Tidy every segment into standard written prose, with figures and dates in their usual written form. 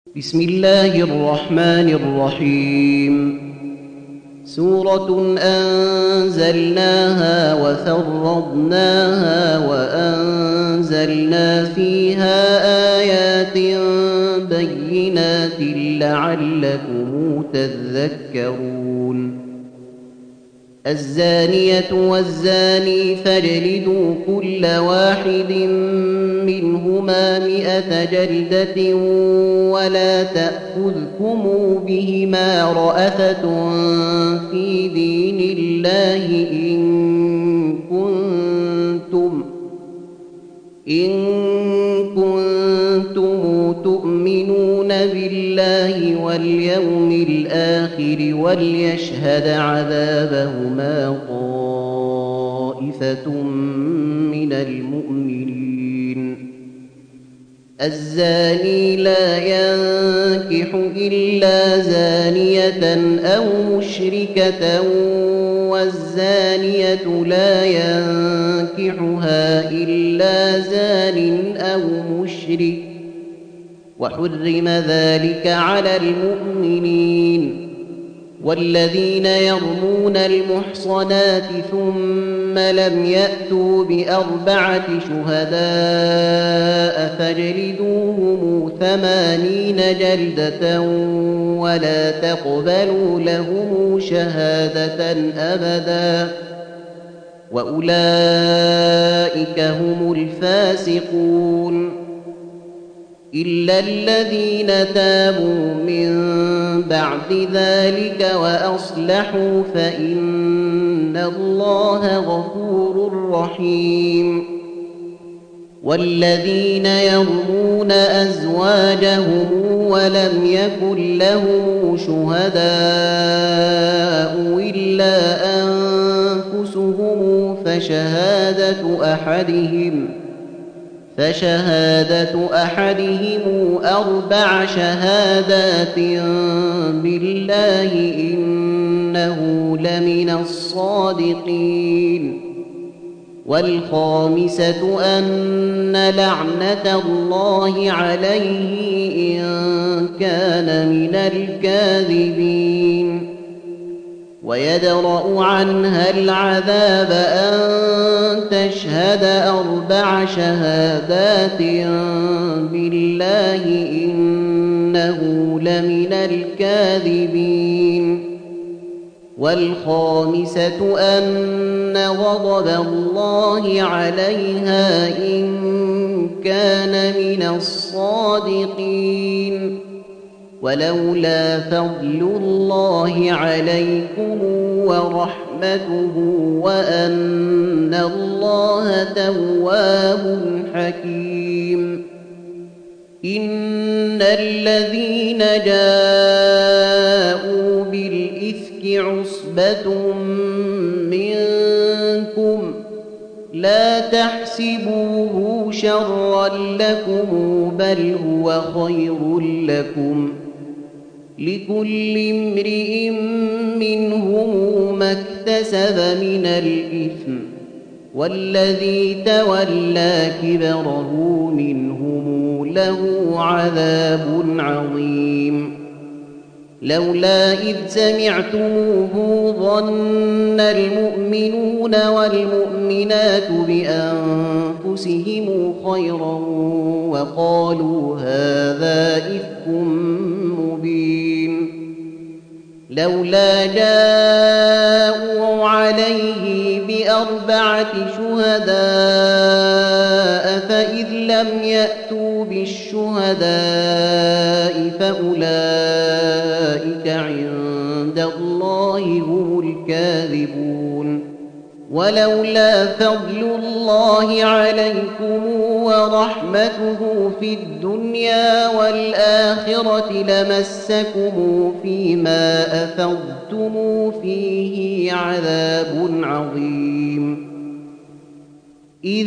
بسم الله الرحمن الرحيم. سورة أنزلناها وفرضناها وأنزلنا فيها آيات بينات لعلكم تذكرون. الزانية والزاني فاجلدوا كل واحد منهما 100 جلدة ولا تأخذكم بهما رأفة في دين الله إن كنتم تؤمنون بالله واليوم الآخر وليشهد عذابهما طائفة من المؤمنين. الزاني لا ينكح إلا زانية أو مشركة والزانية لا ينكحها إلا زان أو مشرك وحرم ذلك على المؤمنين. والذين يرمون المحصنات ثم لم يأتوا ب4 شهداء فاجلدوهم 80 جلدة ولا تقبلوا لهم شهادة أبدا وأولئك هم الفاسقون. إلا الذين تابوا من بعد ذلك وأصلحوا فإن الله غفور رحيم. والذين يرمون أزواجهم ولم يكن لهم شهداء إلا أنفسهم فشهادة أحدهم 4 شهادات بالله إنه لمن الصادقين. والخامسة أن لعنة الله عليه إن كان من الكاذبين. ويدرأ عنها العذاب أن تشهد 4 شهادات بالله إنه لمن الكاذبين. والخامسة أن غضب الله عليها إن كان من الصادقين. ولولا فضل الله عليكم ورحمته وأن الله تواب حكيم. إن الذين جاءوا بالإفك عصبة منكم لا تحسبوه شرا لكم بل هو خير لكم لكل امرئ منهم ما اكتسب من الإثم والذي تولى كبره منهم له عذاب عظيم. لولا إذ سمعتموه ظن المؤمنون والمؤمنات بأنفسهم خيرا وقالوا هذا إفك مبين. لولا جاءوا عليه ب4 شهداء فإذ لم يأتوا بالشهداء فأولئك عند الله هم الكاذبون. ولولا فضل الله عليكم ورحمته في الدنيا والآخرة لمسكم فيما أفضتم فيه عذاب عظيم. إذ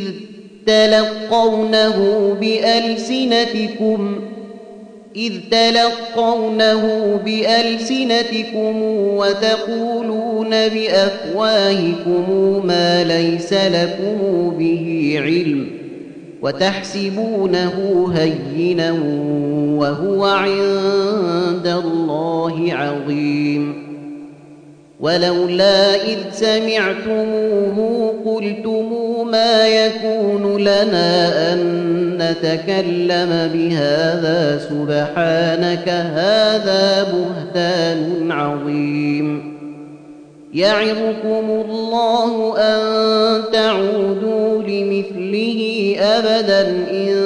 تلقونه بألسنتكم وتقولون بأفواهكم ما ليس لكم به علم وتحسبونه هينا وهو عند الله عظيم ولولا إذ سمعتموه قلتم ما يكون لنا أن نتكلم بهذا سبحانك هذا بهتان عظيم يعظكم الله أن تعودوا لمثله أبدا إن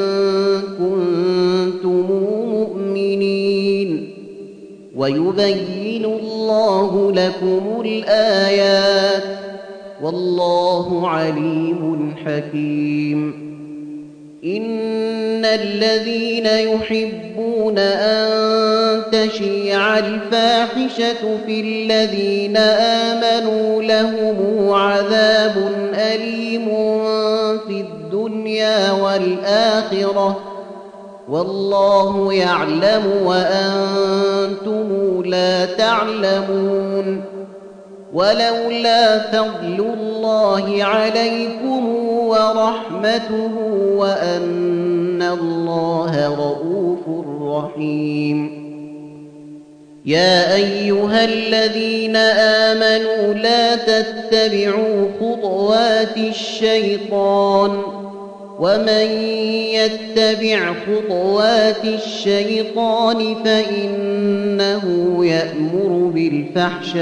كنتم مؤمنين ويبين الله لكم الآيات والله عليم حكيم إن الذين يحبون أن تشيع الفاحشة في الذين آمنوا لهم عذاب أليم في الدنيا والآخرة والله يعلم وأنتم لا تعلمون ولولا فضل الله عليكم ورحمته وأن الله رؤوف رحيم يا أيها الذين آمنوا لا تتبعوا خطوات الشيطان ومن يتبع خطوات الشيطان فإنه يأمر بالفحشاء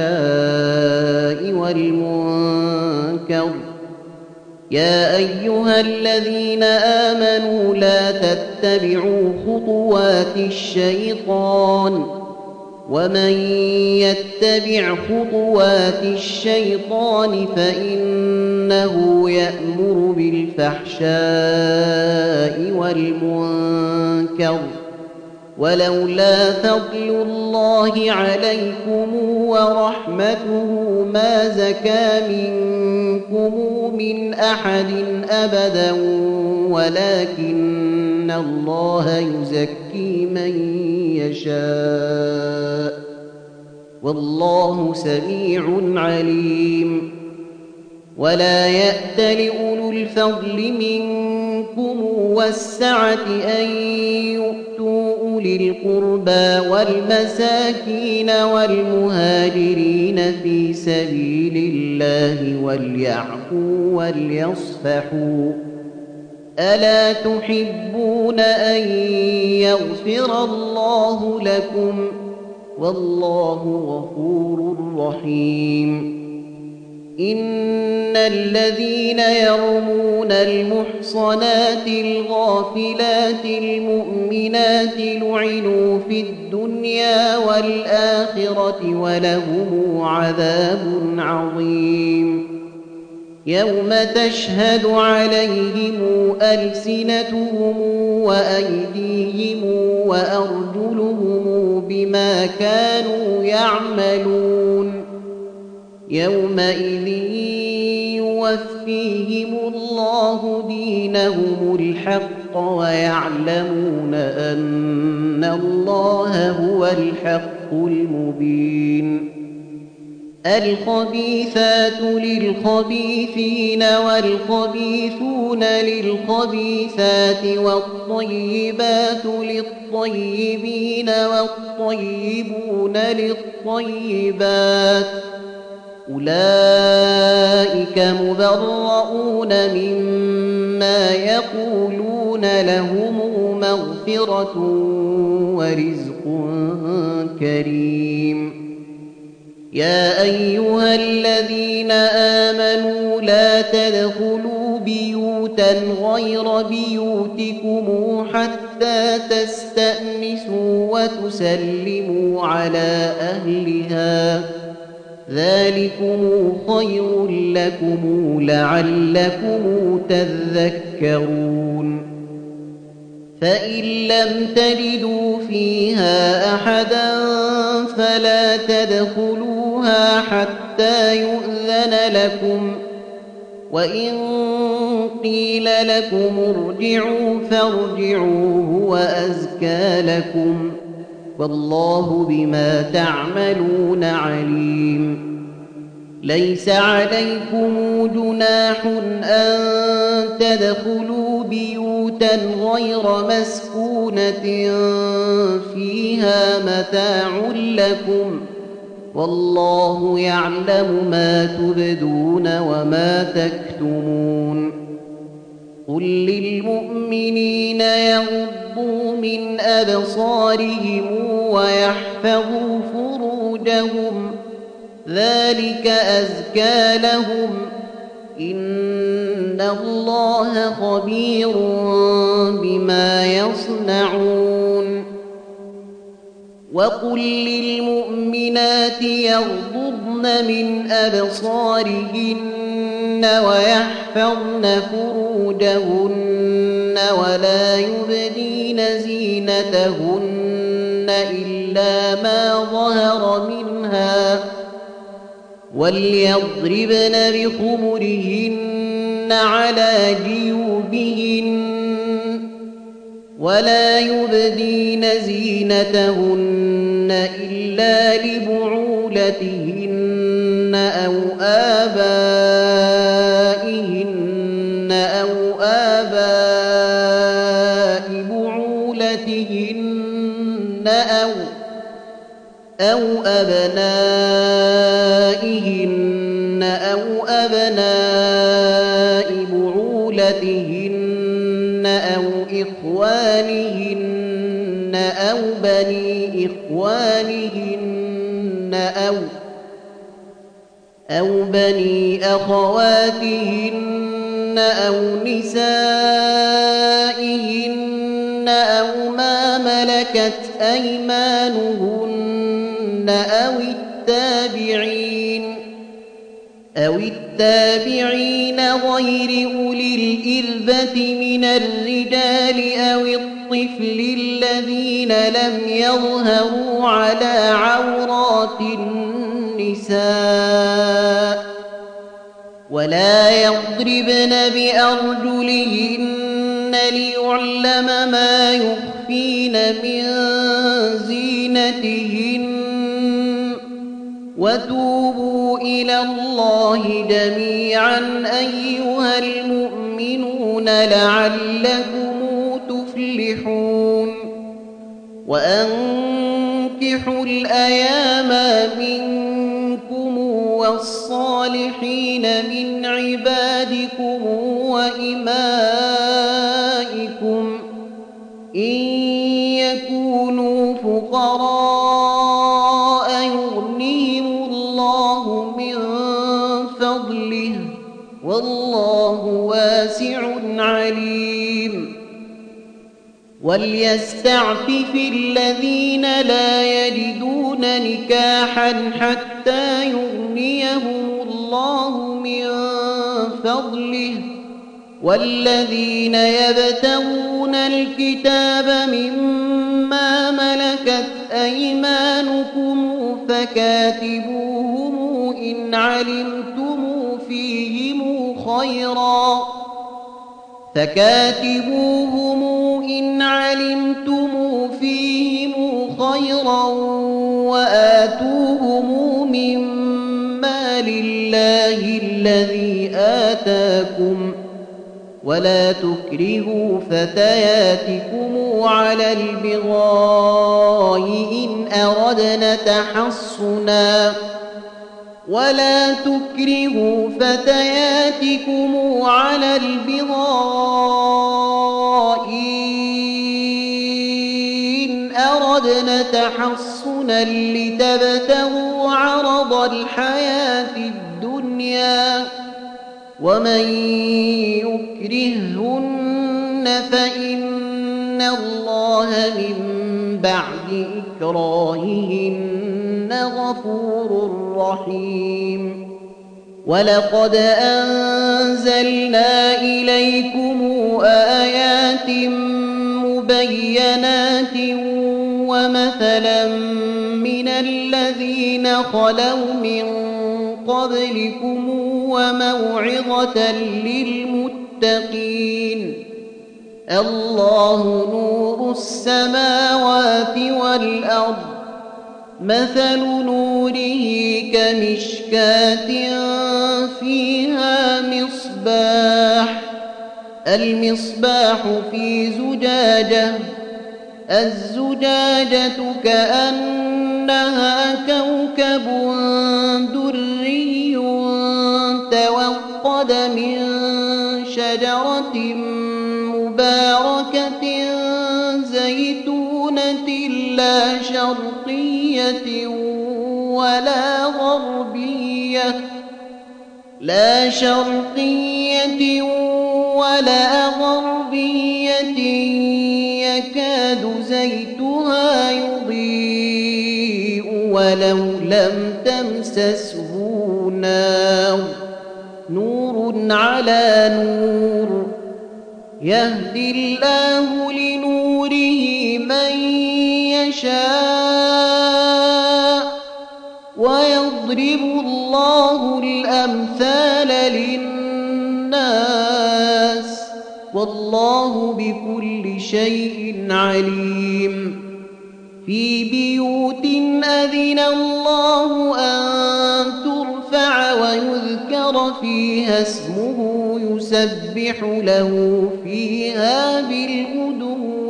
والمنكر يا أيها الذين آمنوا لا تتبعوا خطوات الشيطان ومن يتبع خطوات الشيطان فإنه يأمر بالفحشاء والمنكر ولولا فضل الله عليكم ورحمته ما زكى منكم من أحد أبدا ولكن الله يزكي من يشاء والله سميع عليم ولا يأت لأولو الفضل منكم والسعة أن يؤتوا أولي القربى والمساكين والمهاجرين في سبيل الله وليعفوا وليصفحوا ألا تحبون أن يغفر الله لكم والله غفور رحيم إن الذين يرمون المحصنات الغافلات المؤمنات لعنوا في الدنيا والآخرة ولهم عذاب عظيم يوم تشهد عليهم ألسنتهم وأيديهم وأرجلهم بما كانوا يعملون يومئذ يوفيهم الله دينهم الحق ويعلمون أن الله هو الحق المبين الخبيثات للخبيثين والخبيثون للخبيثات والطيبات للطيبين والطيبون للطيبات أولئك مبرؤون مما يقولون لهم مغفرة ورزق كريم يا أيها الذين آمنوا لا تدخلوا بيوتا غير بيوتكم حتى تستأنسوا وتسلموا على أهلها ذلكم خير لكم لعلكم تذكرون فإن لم تجدوا فيها أحدا فلا تدخلوها حتى يؤذن لكم وإن قيل لكم ارجعوا فارجعوا هو أزكى لكم والله بما تعملون عليم ليس عليكم جناح أن تدخلوا بيوتا بيوتا غير مسكونة فيها متاع لكم والله يعلم ما تبدون وما تكتمون قل للمؤمنين يغضوا من أبصارهم ويحفظوا فروجهم ذلك أزكى لهم إن الله خبير بما يصنعون وقل للمؤمنات يغضضن من أبصارهن ويحفظن فروجهن ولا يبدين زينتهن إلا ما ظهر منها وليضربن بخمرهن على جيوبهن ولا يبدين زينتهن إلا لبعولتهن أو آباء بعولتهن أو أبنائهن أو أبناء بعولتهن أو إخوانهن أو بني إخوانهن أو بني أخواتهن أو نسائهن أو ما ملكت أيمانهن أو التابعين غير أولي الإربة من الرجال أو الطفل الذين لم يظهروا على عورات النساء ولا يضربن بأرجلهن ليعلم ما يخفين من زينتهن وتوبوا إلى الله جميعا أيها المؤمنون لعلكم تفلحون وأنكحوا الأيام منكم والصالحين من عبادكم وإمائكم إن يكونوا فقراء يغنيهم الله من فضله والله واسع عليم وليستعفف الذين لا يجدون نكاحا حتى يغنيهم الله من فضله والذين يبتغون الكتاب مما ملكت أيمانكم فكاتبوهم إن علمتم فيهم خيرا وآتوهم مما لله الذي آتاكم ولا تكرهوا فتياتكم على البغاء إن أردنا تحصنا لتبتغوا عرض الحياة الدنيا ومن يكرههن فإن الله من بعد إكراههن غفور رحيم ولقد أنزلنا إليكم آيات مبينات ومثلا من الذين خلوا من قبلكم وموعظة للمتقين الله نور السماوات والأرض مثل نوره كمشكاة فيها مصباح المصباح في زجاجة الزجاجة كأنها كوكب دري توقد من شجرة مباركة زيتونة لا شرقية ولا غربية يكاد زيتها يضيء ولو لم تمسسه نار نور على نور يهدي الله لنوره من يشاء ويضرب الله الأمثال للناس والله بكل شيء عليم في بيوت أذن الله أن ترفع ويذكر فيها اسمه يسبح له فيها بالغدو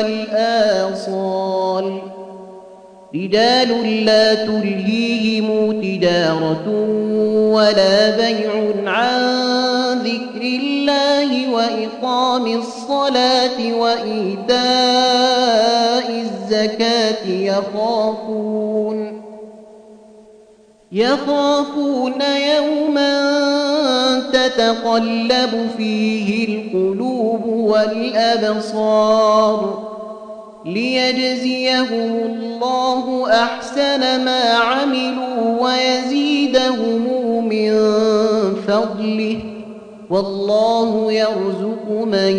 والآصال رجال لا تلهيهم تجارة ولا بيع عن ذكر الله وإقام الصلاة وإيتاء الزكاة يخافون يوما تتقلب فيه القلوب والأبصار ليجزيهم الله أحسن ما عملوا ويزيدهم من فضله والله يرزق من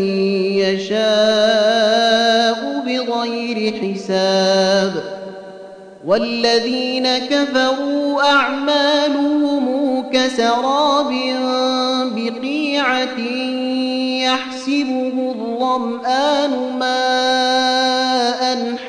يشاء بغير حساب والذين كفروا أعمالهم كسراب بقيعة يحسبه الظمآن ماء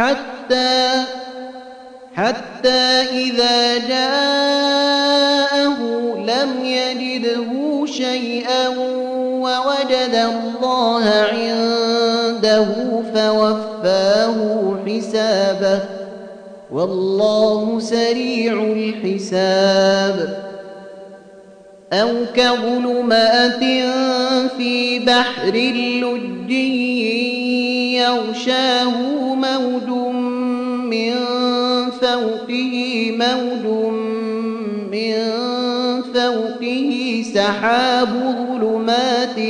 حتى إذا جاءه لم يجده شيئا ووجد الله عنده فوفاه حسابه والله سريع الحساب أو كظلمات في بحر لجي يغشاه موج من فوقه سحاب ظلمات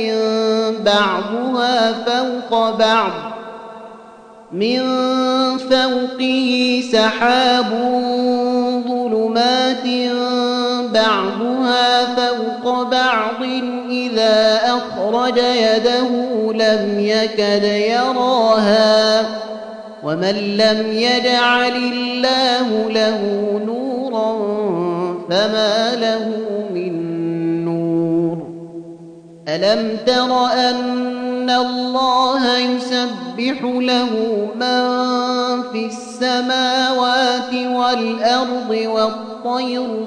بعضها فوق بعض إذا أخرج يده لم يكد يراها ومن لم يجعل الله له نورا فما له من نور ألم تر أن الله يسبح له من في السماوات والأرض والطير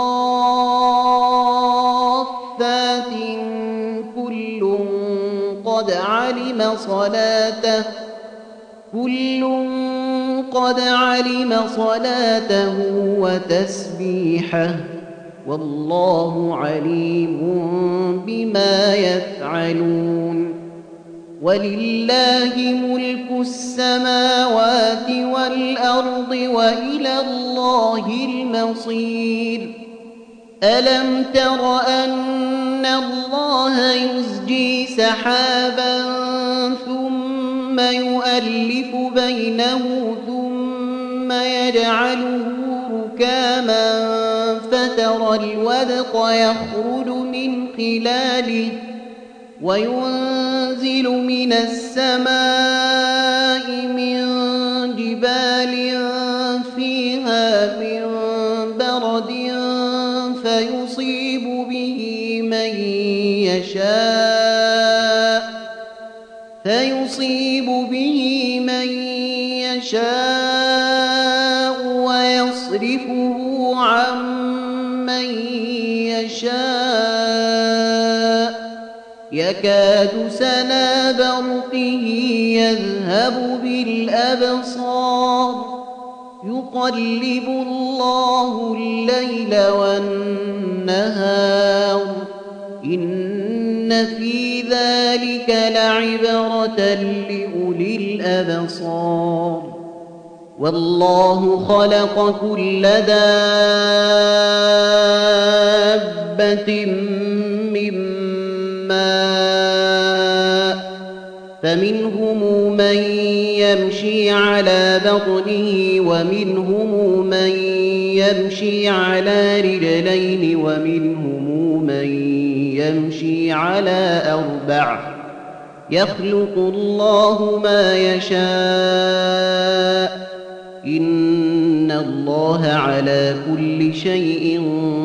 صافات كل قد علم صلاته وتسبيحه والله عليم بما يفعلون ولله ملك السماوات والأرض وإلى الله المصير ألم تر أن الله يزجي سحابا ثم يؤلف بينه ثم يجعله ركاما فترى الودق يخرج من خلاله وينزل من السماء من جبال فيها من برد فيصيب به من يشاء ويصرفه عن من يشاء يكاد سنا برقه يذهب بالأبصار يقلب الله الليل والنهار إن في ذلك لعبرة لأولي الأبصار والله خلق كل دابة من ماء فمنهم من يمشي على بطنه ومنهم من يمشي على رجلين ومنهم من يمشي على أربع يخلق الله ما يشاء إن الله على كل شيء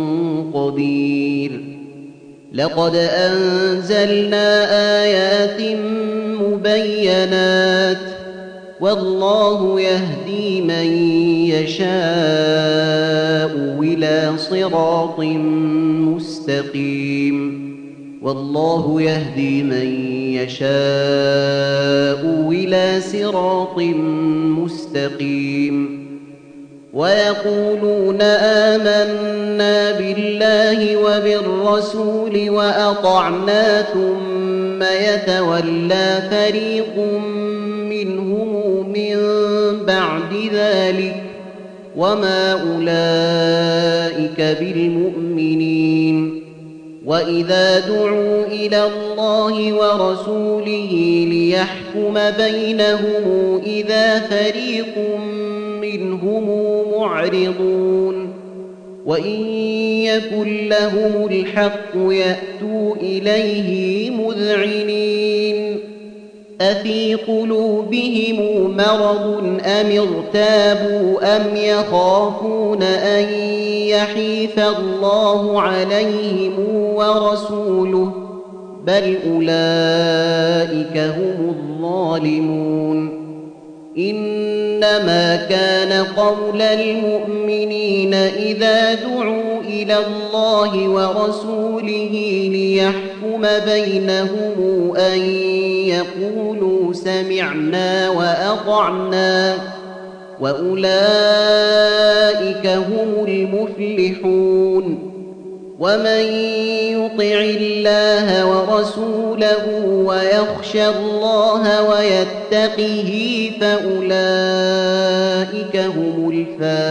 قدير لقد أنزلنا آيات مبينات والله يهدي من يشاء إلى صراط مستقيم والله يهدي من يشاء إلى صراط مستقيم ويقولون آمنا بالله وبالرسول وأطعنا ثم يتولى فريق منهم من بعد ذلك وما أولئك بالمؤمنين وإذا دعوا إلى الله ورسوله ليحكم بينهم إذا فريق منهم معرضون وإن يكن لهم الحق يأتوا إليه مذعنين أفي قلوبهم مرض أم ارتابوا أم يخافون أن يحيف الله عليهم ورسوله بل أولئك هم الظالمون إنما كان قول المؤمنين إذا دعوا إلى الله ورسوله ليحكم بينهم أن يقولوا سمعنا وأطعنا وأولئك هم المفلحون ومن يطع الله ورسوله ويخشى الله ويتقه فأولئك هم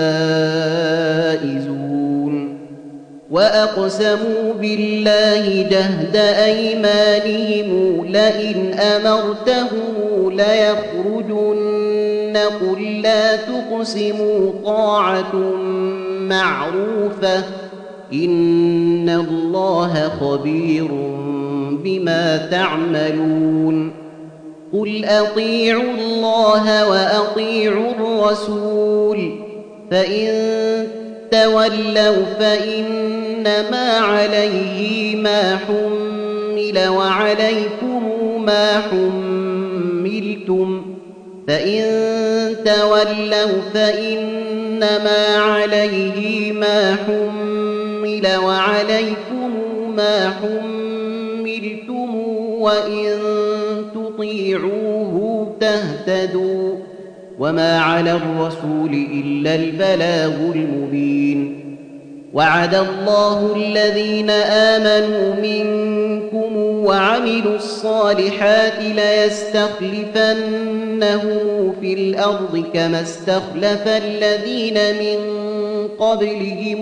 الفائزون وأقسموا بالله جهد أيمانهم لئن أمرتهم ليخرجن قل لا تقسموا طاعة معروفة إن الله خبير بما تعملون قل أطيعوا الله وأطيعوا الرسول فإن تولوا فإنما عليه ما حمل وعليكم ما حملتم فإن تولوا فإنما عليه ما حمل وعليكم ما حملتم وإن تطيعوه تهتدوا وما على الرسول إلا البلاغ المبين وعد الله الذين آمنوا منكم وعملوا الصالحات ليستخلفنهم في الأرض كما استخلف الذين من قبلهم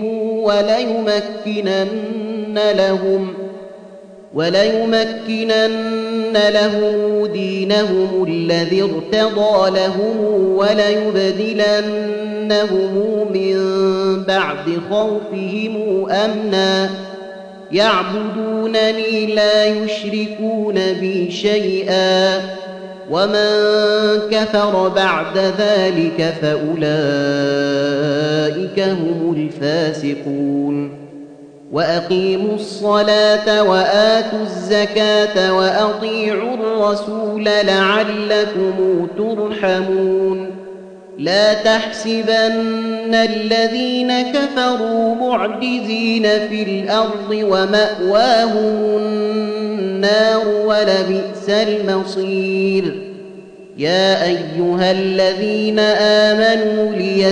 وليمكنن لهم دينهم الذي ارتضى لهم وليبدلنهم من بعد خوفهم أمنا يعبدونني لا يشركون بي شيئا ومن كفر بعد ذلك فأولئك هم الفاسقون وأقيموا الصلاة وآتوا الزكاة وأطيعوا الرسول لعلكم ترحمون لا تحسبن الذين كفروا معجزين في الأرض ومأواهم النار ولبئس المصير يا أيها الذين آمنوا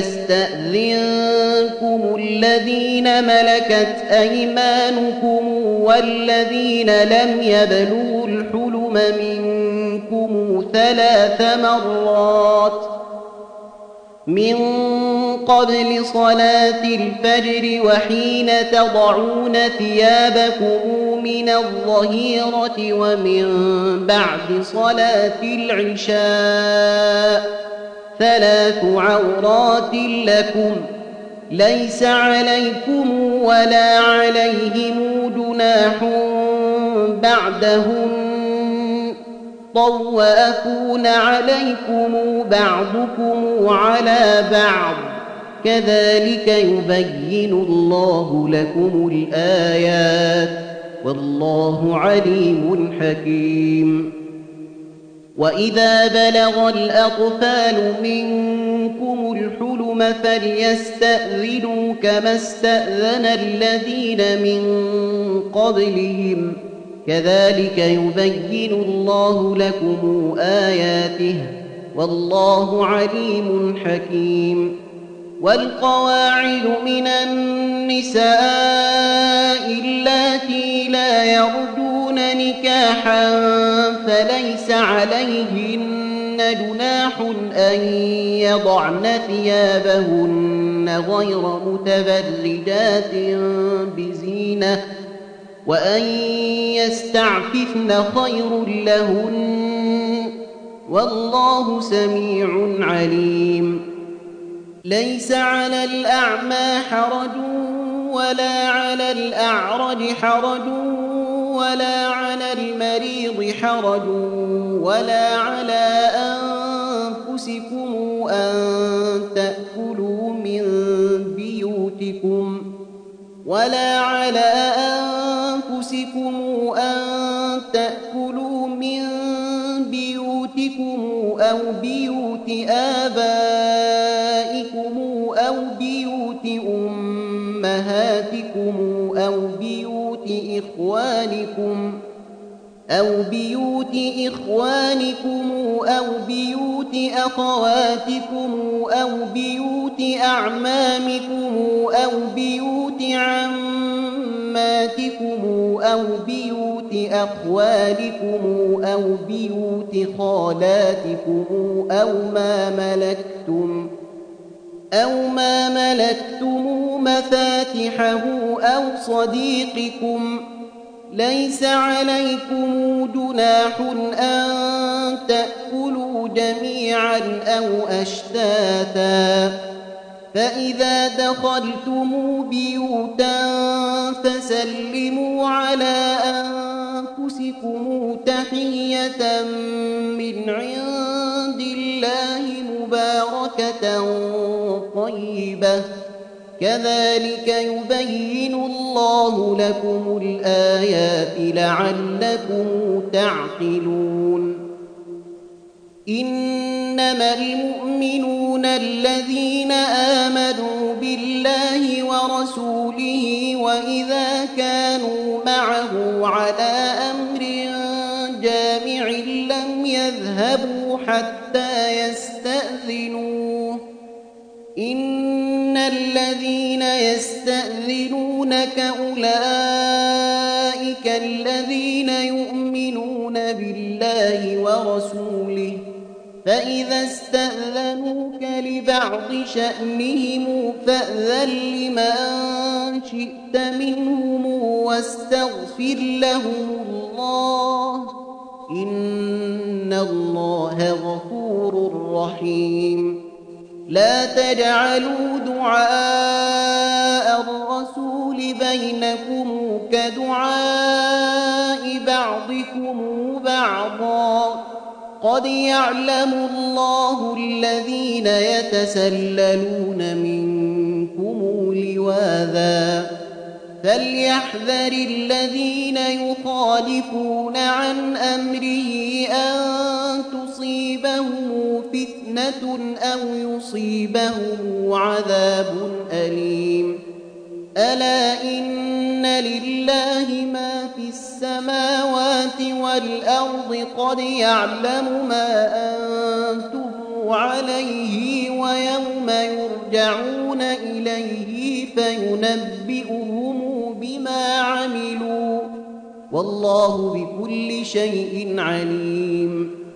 ليستأذنكم الذين ملكت أيمانكم والذين لم يبلغوا الحلم منكم 3 مرات من قبل صلاة الفجر وحين تضعون ثيابكم من الظهيرة ومن بعد صلاة العشاء 3 عورات لكم ليس عليكم ولا عليهم جناح بعدهن طوافون عليكم بعضكم على بعض كذلك يبين الله لكم الآيات والله عليم حكيم وإذا بلغ الأطفال منكم الحلم فليستأذنوا كما استأذن الذين من قبلهم كذلك يبين الله لكم آياته والله عليم حكيم والقواعد من النساء اللاتي لا يرجون نكاحا فليس عليهن جناح أن يضعن ثيابهن غير متبرجات بزينة وأن يستعففن خير لهن والله سميع عليم ليس على الأعمى حرج ولا على الأعرج حرج ولا على المريض حرج ولا على أنفسكم أن تأكلوا من بيوتكم ولا على أنفسكم أن تأكلوا من بيوتكم أو بيوت آبائكم أو بيوت أمهاتكم أو بيوت إخوانكم أو بيوت أخواتكم أو بيوت أعمامكم أو بيوت عماتكم أو بيوت أخوالكم أو بيوت خالاتكم أو ما ملكتم مفاتحه أو صديقكم ليس عليكم جناح أن تأكلوا جميعا أو أشتاتا فإذا دخلتم بيوتا فسلموا على أنفسكم تحية من عند الله مباركة طيبة كذلك يبين الله لكم الآيات لعلكم تعقلون إنما المؤمنون الذين آمنوا بالله ورسوله وإذا كانوا معه على أمر جامع لم يذهبوا حتى يستأذنوه إن الذين يستأذنونك أولئك الذين يؤمنون بالله ورسوله فإذا استأذنوك لبعض شأنهم فأذن لمن شئت منهم واستغفر لهم الله إن الله غفور رحيم لا تجعلوا دعاء الرسول بينكم كدعاء بعضكم بعضا قد يعلم الله الذين يتسللون منكم لواذا فليحذر الذين يخالفون عن أمره أن تصيبهم تصيبهم فتنة أو يصيبهم عذاب أليم ألا إن لله ما في السماوات والأرض قد يعلم ما أنتم عليه ويوم يرجعون إليه فينبئهم بما عملوا والله بكل شيء عليم